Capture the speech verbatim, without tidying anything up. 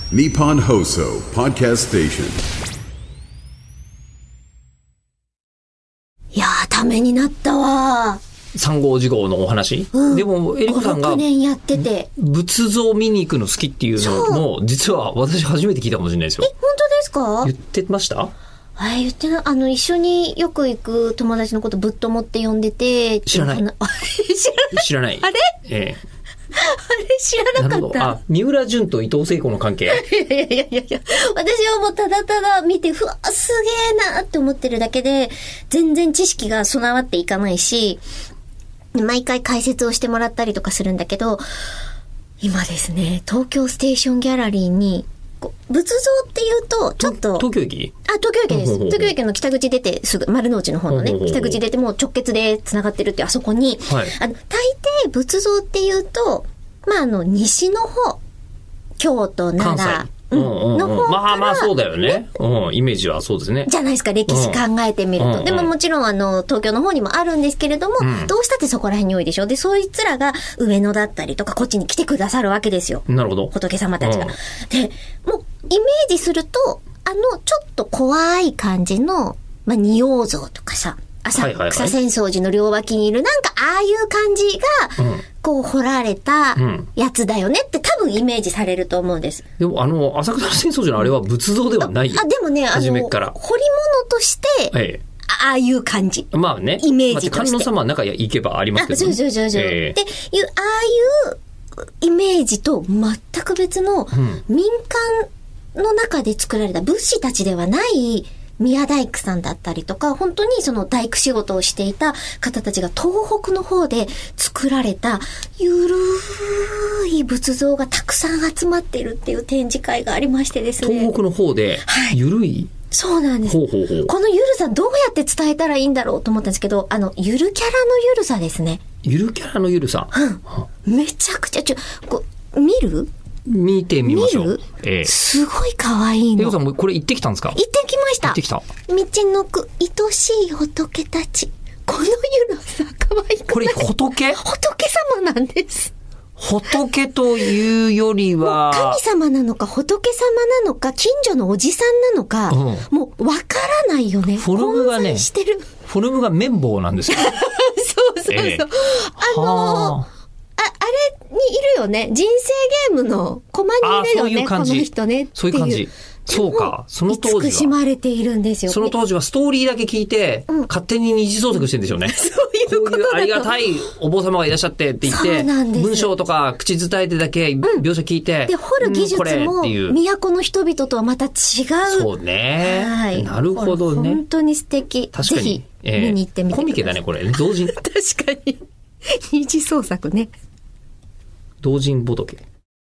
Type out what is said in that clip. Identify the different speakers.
Speaker 1: Nippon Hoso Podcast Station。
Speaker 2: いやー、ためになったわ。
Speaker 3: さん号事号のお話、うん、でもエリコさんが
Speaker 2: ごろくねんやってて
Speaker 3: 仏像見に行くの好きっていうのも実は私初めて聞いたかもしれないですよ。
Speaker 2: え、本当ですか？
Speaker 3: 言ってました？
Speaker 2: あ、言ってない。あの、一緒によく行く友達のことぶっともって呼んでて。
Speaker 3: 知らない。
Speaker 2: 知らない。
Speaker 3: 知らない。
Speaker 2: あれ？
Speaker 3: ええ。
Speaker 2: あれ知らなかった。
Speaker 3: あ、三浦淳と伊藤聖子の関係。
Speaker 2: いやいやいやいや、私はもうただただ見て、ふわ、すげえなって思ってるだけで、全然知識が備わっていかないし、毎回解説をしてもらったりとかするんだけど、今ですね、東京ステーションギャラリーに、仏像っていうと、ちょっと。
Speaker 3: 東京駅？
Speaker 2: あ、東京駅です。東京駅の北口出てすぐ、丸の内の方のね、北口出てもう直結で繋がってるってあそこに、はい、あの、大抵仏像っていうと、まあ、あの、西の方、京都、奈良、
Speaker 3: うんうんうん、の方から、まあまあそうだよね、うん、イメージはそうですね。
Speaker 2: じゃないですか、歴史考えてみると。うん、でももちろんあの、東京の方にもあるんですけれども、うん、どうしたってそこら辺に多いでしょ。で、そいつらが上野だったりとか、こっちに来てくださるわけですよ。
Speaker 3: なるほど。
Speaker 2: 仏様たちが。うん、で、もう、イメージすると、あの、ちょっと怖い感じの、まあ、仁王像とかさ、浅草浅草寺の両脇にいる、なんかああいう感じが、うん、こう彫られたやつだよねって多分イメージされると思うんです。
Speaker 3: でもあの、浅草浅草寺のあれは仏像ではないよ。
Speaker 2: あ、でもね、あの、
Speaker 3: 初めから。
Speaker 2: 彫り物として、ええ、ああいう感じ。
Speaker 3: まあね。
Speaker 2: イメージとして。
Speaker 3: 観音様は中へ行けばありますけど、ね。
Speaker 2: あ、そうそうそうそう。えー、で、いう、ああいうイメージと全く別の民間の中で作られた仏師たちではない宮大工さんだったりとか、本当にその大工仕事をしていた方たちが東北の方で作られたゆるーい仏像がたくさん集まっているっていう展示会がありましてですね。
Speaker 3: 東北の方でゆるい、はい、
Speaker 2: そうなんです。
Speaker 3: ほうほうほう。
Speaker 2: このゆるさどうやって伝えたらいいんだろうと思ったんですけど、あのゆるキャラのゆるさですね。
Speaker 3: ゆるキャラのゆるさ。
Speaker 2: うん。めちゃくちゃちょこ見る？
Speaker 3: 見てみましょう。ええ、
Speaker 2: すごい可愛いの。
Speaker 3: エゴさんもこれ行ってきたんですか？
Speaker 2: 行ってきました。
Speaker 3: 行ってきた。
Speaker 2: 道のく愛しい仏たち。このゆるさ可愛くない？
Speaker 3: これ仏？
Speaker 2: 仏様なんです。
Speaker 3: 仏というよりは
Speaker 2: 神様なのか仏様なのか近所のおじさんなのか、うん、もうわからないよね。
Speaker 3: フォルムがね、
Speaker 2: してる。
Speaker 3: フォルムが綿棒なんですよ。
Speaker 2: そうそうそう。ええ、あのー。あ、あれにいるよね。人生ゲームのコマにいるよね。
Speaker 3: そういう感じ。
Speaker 2: この人ね。
Speaker 3: そういう感じ。そうか。その当時は。
Speaker 2: 慈しまれているんですよ。
Speaker 3: その当時はストーリーだけ聞いて、うん、勝手に二次創作してるんでしょうね。
Speaker 2: そういうことだと。
Speaker 3: こういうありがたいお坊様がいらっしゃってって言って、文章とか口伝えてだけ描写聞いて。
Speaker 2: うん、で、掘る技術も、都の人々とはまた違う。
Speaker 3: そうね。はい。なるほどね。
Speaker 2: 本当に素敵。確かに。ぜひ、見に行ってみてください。
Speaker 3: コミケだね、これ。同人。
Speaker 2: 確かに。二次創作ね。
Speaker 3: 同人仏。